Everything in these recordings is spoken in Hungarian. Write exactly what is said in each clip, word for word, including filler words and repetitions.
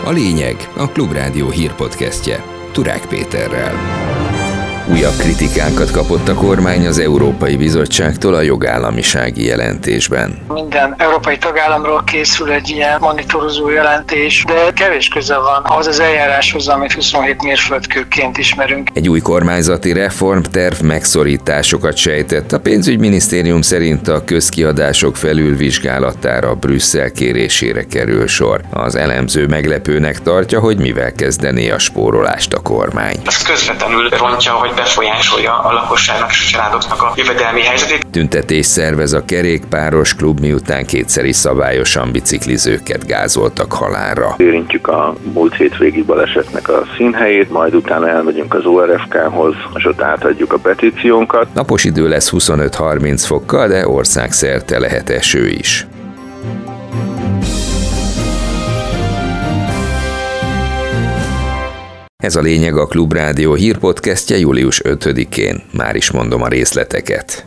A lényeg a Klubrádió hírpodcastje Turák Péterrel. Újabb kritikákat kapott a kormány az Európai Bizottságtól a jogállamisági jelentésben. Minden európai tagállamról készül egy ilyen monitorozó jelentés, de kevés köze van ahhoz az eljáráshoz, amit huszonhét mérföldkőként ismerünk. Egy új kormányzati reformterv megszorításokat sejtett. A pénzügyminisztérium szerint a közkiadások felülvizsgálatára Brüsszel kérésére kerül sor. Az elemző meglepőnek tartja, hogy mivel kezdené a spórolást a kormány. Ez közvetlenül rontja, hogy befolyásolja a lakosságnak és a családoknak a jövedelmi helyzetét. Tüntetés szervez a kerékpáros klub, miután kétszeri szabályosan biciklizőket gázoltak halálra. Érintjük a múlt hétvégi balesetnek a színhelyét, majd utána elmegyünk az o er ef ká-hoz, és ott átadjuk a petíciónkat. Napos idő lesz huszonöt-harminc fokkal, de országszerte lehet eső is. Ez a lényeg a Klubrádió hírpodcastje július ötödikén. Már is mondom a részleteket.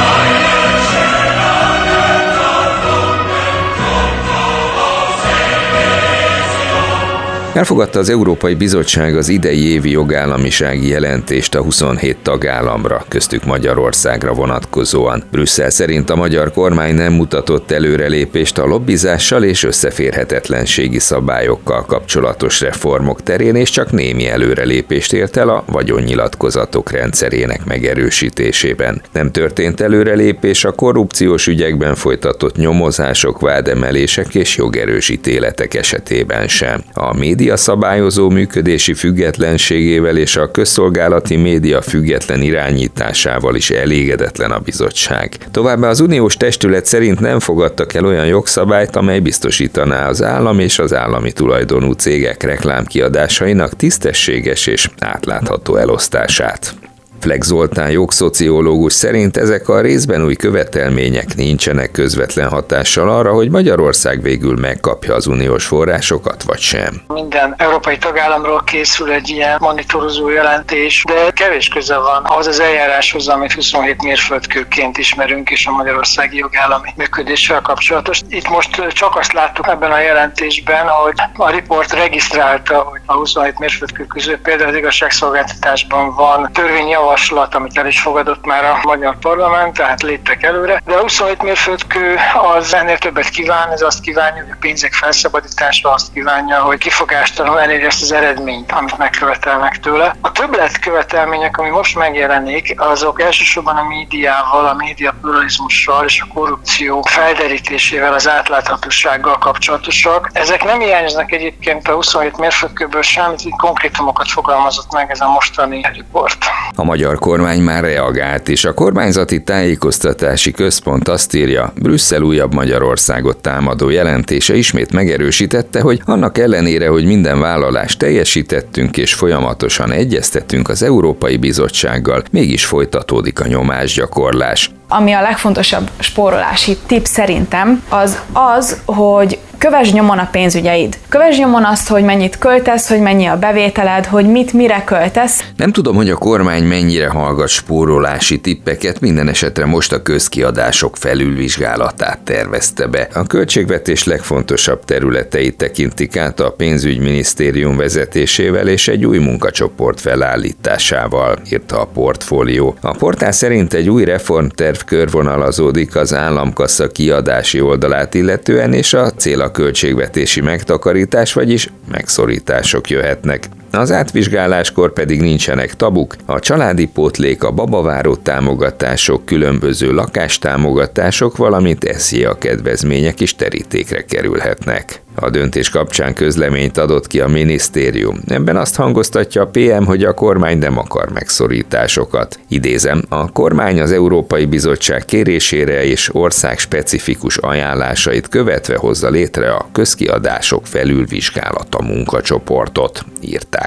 Elfogadta az Európai Bizottság az idei évi jogállamisági jelentést a huszonhét tagállamra, köztük Magyarországra vonatkozóan. Brüsszel szerint a magyar kormány nem mutatott előrelépést a lobbizással és összeférhetetlenségi szabályokkal kapcsolatos reformok terén, és csak némi előrelépést ért el a vagyonnyilatkozatok rendszerének megerősítésében. Nem történt előrelépés a korrupciós ügyekben folytatott nyomozások, vádemelések és jogerős ítéletek esetében sem. A média A szabályozó működési függetlenségével és a közszolgálati média független irányításával is elégedetlen a bizottság. Továbbá az uniós testület szerint nem fogadtak el olyan jogszabályt, amely biztosítaná az állam és az állami tulajdonú cégek reklámkiadásainak tisztességes és átlátható elosztását. Flex Zoltán jogszociológus szerint ezek a részben új követelmények nincsenek közvetlen hatással arra, hogy Magyarország végül megkapja az uniós forrásokat, vagy sem. Minden európai tagállamról készül egy ilyen monitorozó jelentés, de kevés köze van ahhoz az eljáráshoz, amit huszonhét mérföldkőként ismerünk, és a magyarországi jogállami működéssel kapcsolatos. Itt most csak azt láttuk ebben a jelentésben, hogy a riport regisztrálta, hogy a huszonhét mérföldkő között például az igazságszolgáltatásban van törvényjavaslat, amit el is fogadott már a magyar parlament, tehát léptek előre. De a huszonhét mérföldkő az ennél többet kíván, ez azt kívánja, hogy a pénzek felszabadítása azt kívánja, hogy kifogástalanul elérje ezt az eredményt, amit megkövetelnek tőle. A többlet követelmények, ami most megjelenik, azok elsősorban a médiával, a média pluralizmussal és a korrupció felderítésével, az átláthatósággal kapcsolatosak. Ezek nem hiányoznak egyébként a huszonhét mérföldkőből semmit, konkrétumokat fogalmazott meg ez a mostani riport. A magyar kormány már reagált, és a kormányzati tájékoztatási központ azt írja, Brüsszel újabb Magyarországot támadó jelentése ismét megerősítette, hogy annak ellenére, hogy minden vállalást teljesítettünk és folyamatosan egyeztettünk az Európai Bizottsággal, mégis folytatódik a nyomásgyakorlás. Ami a legfontosabb spórolási tipp szerintem, az az, hogy kövesd nyomon a pénzügyeid. Kövesd nyomon azt, hogy mennyit költesz, hogy mennyi a bevételed, hogy mit mire költesz. Nem tudom, hogy a kormány mennyire hallgat spórolási tippeket, minden esetre most a közkiadások felülvizsgálatát tervezte be. A költségvetés legfontosabb területeit tekintik át a pénzügyminisztérium vezetésével és egy új munkacsoport felállításával, írta a Portfólió. A portál szerint egy új reformterv körvonalazódik az államkassa kiadási oldalát illetően, és a cél a költségvetési megtakarítás, vagyis megszorítások jöhetnek. Az átvizsgáláskor pedig nincsenek tabuk, a családi pótlék, a babaváró támogatások, különböző lakástámogatások, valamint es zé á kedvezmények is terítékre kerülhetnek. A döntés kapcsán közleményt adott ki a minisztérium. Ebben azt hangoztatja a pé em, hogy a kormány nem akar megszorításokat. Idézem, a kormány az Európai Bizottság kérésére és ország specifikus ajánlásait követve hozza létre a közkiadások felülvizsgálata munkacsoportot, írták.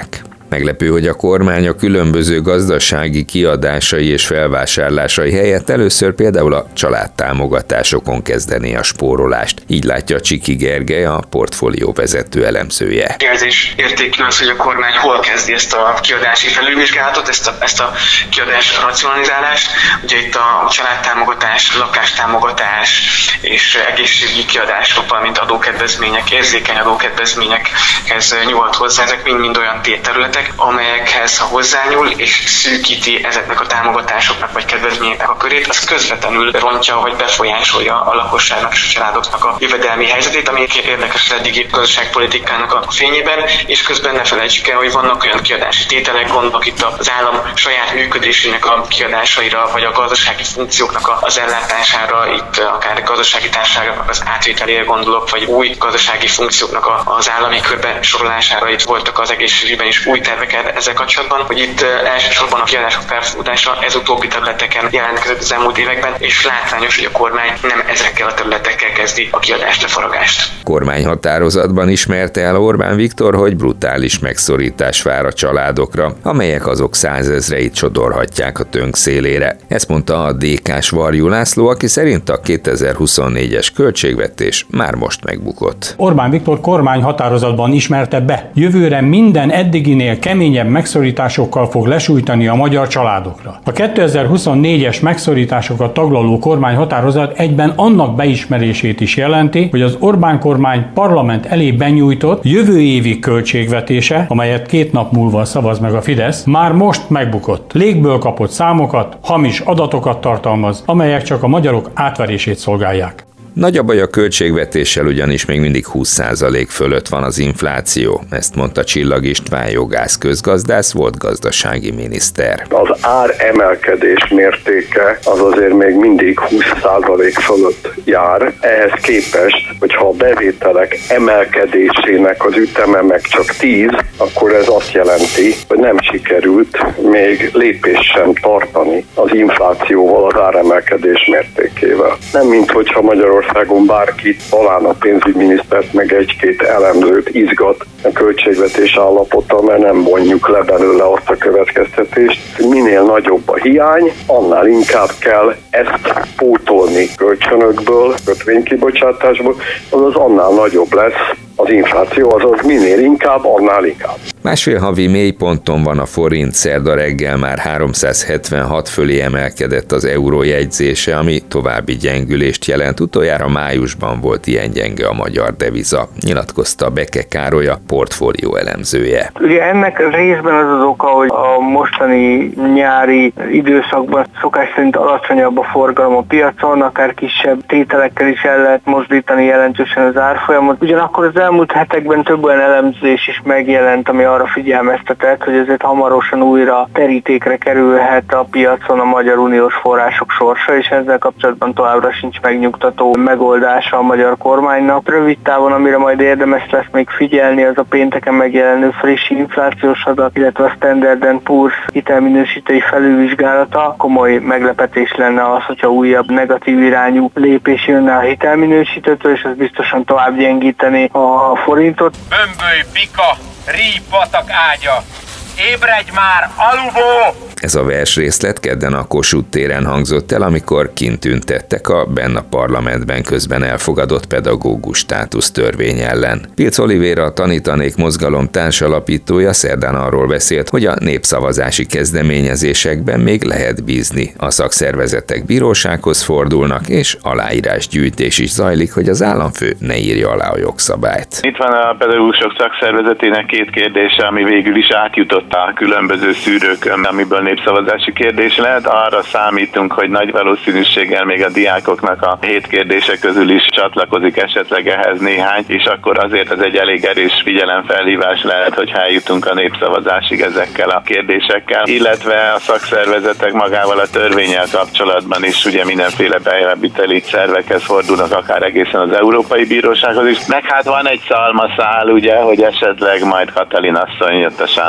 Meglepő, hogy a kormány a különböző gazdasági kiadásai és felvásárlásai helyett először például a családtámogatásokon kezdené a spórolást. Így látja Csiki Gergely, a portfólió vezető elemzője. Jelzés értékű az, hogy a kormány hol kezdi ezt a kiadási felülvizsgálatot, ezt a, ezt a kiadás racionalizálást. Ugye itt a családtámogatás, lakástámogatás és egészségügyi kiadások, valamint adókedvezmények, érzékeny adókedvezményekhez nyúlt hozzá. Ezek mind-mind olyan tétterületek, amelyekhez, ha hozzányúl és szűkíti ezeknek a támogatásoknak vagy kedvezményeknek a körét, az közvetlenül rontja vagy befolyásolja a lakosságnak és a családoknak a jövedelmi helyzetét, ami érdekes az eddigi gazdaságpolitikának a fényében, és közben ne felejtsük el, hogy vannak olyan kiadási tételek, gondolok itt az állam saját működésének a kiadásaira, vagy a gazdasági funkcióknak az ellátására, itt akár gazdasági társaságoknak az átvételére gondolok, vagy új gazdasági funkcióknak az állami körbe sorolására. Itt voltak az egészségügyben is új tervek ezzel kapcsolatban, hogy itt elsősorban a kiadások felfutása ez utóbbi területeken jelentkezett az elmúlt években, és látványos, hogy a kormány nem ezekkel a területekkel kezdi a kiadást, a faragást. Kormányhatározatban ismerte el Orbán Viktor, hogy brutális megszorítás vár a családokra, amelyek azok százezreit sodorhatják a tönk szélére. Ezt mondta a dé ká-s Varjú László, aki szerint a kétezer-huszonnégyes költségvetés már most megbukott. Orbán Viktor kormányhatározatban ismerte be, jövőre minden eddiginél keményebb megszorításokkal fog lesújtani a magyar családokra. A kétezer-huszonnégyes megszorításokat taglaló kormányhatározat egyben annak beismerését is jelenti, hogy az Orbán kormány parlament elé benyújtott jövő évi költségvetése, amelyet két nap múlva szavaz meg a Fidesz, már most megbukott. Légből kapott számokat, hamis adatokat tartalmaz, amelyek csak a magyarok átverését szolgálják. Nagy a baj a költségvetéssel, ugyanis még mindig húsz százalék fölött van az infláció. Ezt mondta Csillag István jogász közgazdász, volt gazdasági miniszter. Az ár emelkedés mértéke az azért még mindig húsz százalék fölött jár. Ehhez képest, hogyha a bevételek emelkedésének az üteme meg csak tíz, akkor ez azt jelenti, hogy nem sikerült még lépést sem tartani az inflációval, az áremelkedés mértékével. Nem mint hogyha Magyarországon bárkit, talán a pénzügyminisztert meg egy-két elemzőt izgat a költségvetés állapota, mert nem vonjuk le belőle azt a következtetést, hogy minél nagyobb a hiány, annál inkább kell ezt pótolni kölcsönökből, kötvénykibocsátásból, azaz annál nagyobb lesz az infláció, azaz minél inkább, annál inkább. Másfél havi mélyponton van a forint, szerda reggel már háromszázhetvenhat fölé emelkedett az euró jegyzése, ami további gyengülést jelent. Utoljára májusban volt ilyen gyenge a magyar deviza, nyilatkozta Beke Károly, a portfólió elemzője. Ugye ennek részben az az oka, hogy a mostani nyári időszakban szokás szerint alacsonyabb a forgalom a piacon, akár kisebb tételekkel is el lehet mozdítani jelentősen az árfolyamot. Ugyanakkor az elmúlt hetekben több olyan elemzés is megjelent, ami arra figyelmeztetett, hogy ezért hamarosan újra terítékre kerülhet a piacon a Magyar Uniós források sorsa, és ezzel kapcsolatban továbbra sincs megnyugtató megoldása a magyar kormánynak. Rövid távon, amire majd érdemes lesz még figyelni, az a pénteken megjelenő friss inflációs adat, illetve a Standard and Poor's hitelminősítői felülvizsgálata. Komoly meglepetés lenne az, hogyha újabb negatív irányú lépés jönne a hitelminősítőtől, és ez biztosan tovább gyengíteni a forintot. Bömböly, bika, rí, patak ágya, ébredj már, alubó! Ez a versrészlet kedden a Kossuth téren hangzott el, amikor kint tüntettek a benn a parlamentben közben elfogadott pedagógus státusz törvény ellen. Pilc Olivéra, a Tanítanék mozgalom társalapítója szerdán arról beszélt, hogy a népszavazási kezdeményezésekben még lehet bízni. A szakszervezetek bírósághoz fordulnak, és aláírásgyűjtés is zajlik, hogy az államfő ne írja alá a jogszabályt. Itt van a pedagógusok szakszervezetének két kérdése, ami végül is átjutott a különböző szűrőkön, amiből népszavazási kérdés lehet. Arra számítunk, hogy nagy valószínűséggel még a diákoknak a hét kérdése közül is csatlakozik esetleg ehhez néhány, és akkor azért ez egy elég erős figyelemfelhívás lehet, hogy eljutunk a népszavazásig ezekkel a kérdésekkel, illetve a szakszervezetek magával a törvénnyel kapcsolatban is ugye mindenféle bejelentbiteli szervekhez fordulnak, akár egészen az Európai Bírósághoz is. Meg hát van egy szalmaszál, ugye, hogy esetleg majd Katalin asszony jött a Sándor Palota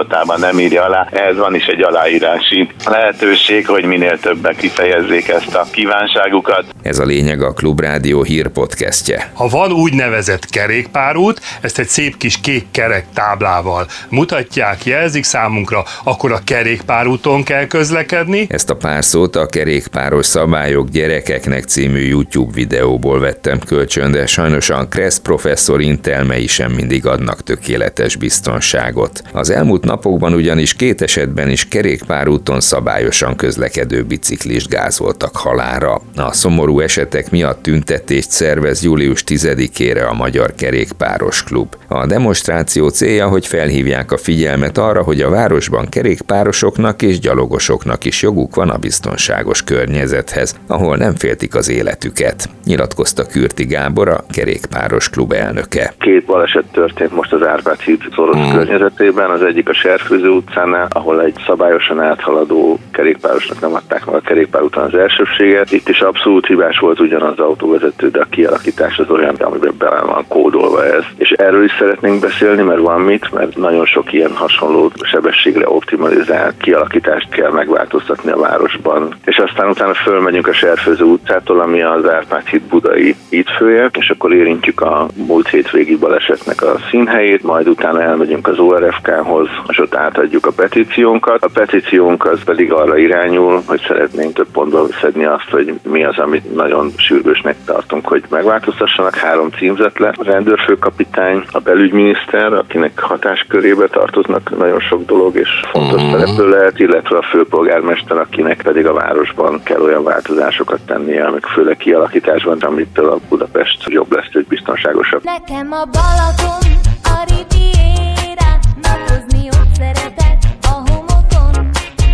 állapotában nem írja alá. Ehhez van is egy aláírási lehetőség, hogy minél többen kifejezzék ezt a kívánságukat. Ez a lényeg a Klubrádió hírpodcastje. Ha van úgynevezett kerékpárút, ezt egy szép kis kék kerek táblával mutatják, jelzik számunkra, akkor a kerékpárúton kell közlekedni. Ezt a pár szót a Kerékpáros szabályok gyerekeknek című YouTube videóból vettem kölcsön, de sajnos a Kressz professzor intelmei sem mindig adnak tökéletes biztonságot. Az elmúlt napokban ugyanis két esetben is kerékpárúton szabályosan közlekedő biciklist gázoltak halálra. A szomorú esetek miatt tüntetést szervez július tizedikére a Magyar Kerékpáros Klub. A demonstráció célja, hogy felhívják a figyelmet arra, hogy a városban kerékpárosoknak és gyalogosoknak is joguk van a biztonságos környezethez, ahol nem féltik az életüket, nyilatkozta Kürti Gábor, a Kerékpáros Klub elnöke. Két baleset történt most az Árpád híd szoros hmm. környezetében, az egyik a Serfőző utcánál, ahol egy szabályosan áthaladó kerékpárosnak nem adták meg a kerékpárúton az elsőbséget. Itt is abszolút hibás volt ugyanaz az autóvezető, de a kialakítás az olyan, amiben bele van kódolva ez. És erről is szeretnénk beszélni, mert van mit, mert nagyon sok ilyen hasonló sebességre optimalizált kialakítást kell megváltoztatni a városban. És aztán utána fölmegyünk a Serfőző utcától, ami az Árpád híd budai hídfője, és akkor érintjük a múlt hétvégi balesetnek a színhelyét, majd utána elmegyünk az o er ef ká-hoz, és ott átadjuk a petíciónkat. A petíciónk az pedig arra irányul, hogy szeretnénk több pontba szedni azt, hogy mi az, amit nagyon sürgősnek tartunk, hogy megváltoztassanak. Három címzetre: a rendőrfőkapitány, a belügyminiszter, akinek hatáskörébe tartoznak nagyon sok dolog és fontos mm. szereplő lehet, illetve a főpolgármester, akinek pedig a városban kell olyan változásokat tennie, amik főleg kialakításban, amitől a Budapest jobb lesz és biztonságosabb. Nekem a Balaton, a Riviera, napozni ott szeretek a homokon.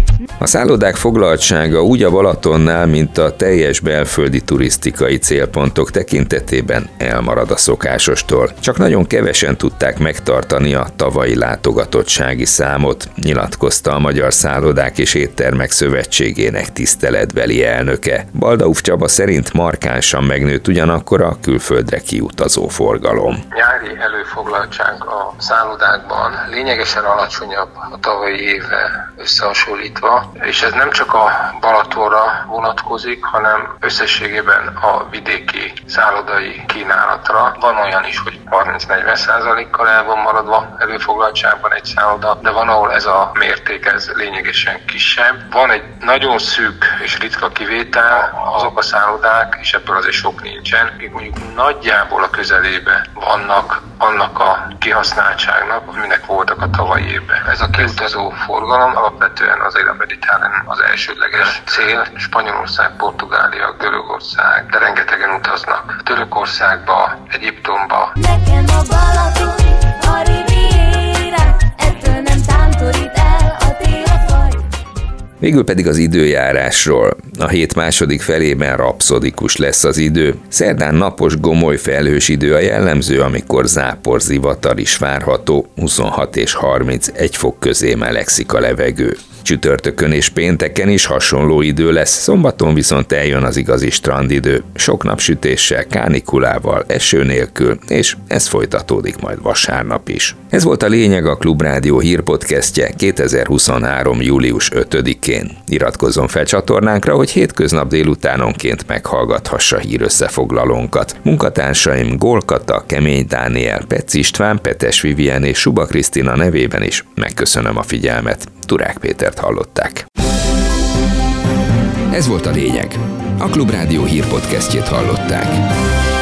A szállodák foglaltsága úgy a Balatonnál, mint a teljes belföldi turisztikai célpontok tekintetében elmarad a szokásostól. Csak nagyon kevesen tudták megtartani a tavalyi látogatottsági számot, nyilatkozta a Magyar Szállodák és Éttermek Szövetségének tiszteletbeli elnöke. Baldauf Csaba szerint markánsan megnőtt ugyanakkor a külföldre kiutazó forgalom. Nyári előfoglaltság a szállodákban lényegesen alacsonyabb a tavalyi évvel összehasonlítva, és ez nem csak a Balatonra vonatkozik, hanem összességében a vidéki szállodai kínálatra. Van olyan is, hogy harminc-negyven százalékkal el van maradva előfoglaltságban egy szálloda, de van, ahol ez a mérték ez lényegesen kisebb. Van egy nagyon szűk és ritka kivétel, azok a szállodák, és ebből azért sok nincsen, még mondjuk nagyjából a közelébe vannak annak a kihasználtságnak, aminek voltak a tavalyi évben. Ez a kiutazó forgalom alapvetően azért a Mediterrán az elsődleges cél. Spanyolország, Portugália, Görögország, de rengetegen utaznak Törökországba, Egyiptomba. Nekem a Balaton, a Riviera, ettől nem tántorít el a tél a fagy. Végül pedig az időjárásról. A hét második felében rapszodikus lesz az idő. Szerdán napos, gomoly felhős idő a jellemző, amikor zápor, zivatar is várható, huszonhat és harmincegy fok közé melegszik a levegő. Csütörtökön és pénteken is hasonló idő lesz, szombaton viszont eljön az igazi strandidő, sok napsütéssel, kánikulával, eső nélkül, és ez folytatódik majd vasárnap is. Ez volt a lényeg a Klubrádió hírpodcastje kétezer-huszonhárom. július ötödikén. Iratkozzon fel csatornánkra, hogy hétköznap délutánonként meghallgathassa hírösszefoglalónkat. Munkatársaim Gól Kata, Kemény Dániel, Petsz István, Petes Vivien és Suba Krisztina nevében is megköszönöm a figyelmet. Turák Pétert hallották. Ez volt a lényeg. A Klubrádió hírpodcastjét hallották.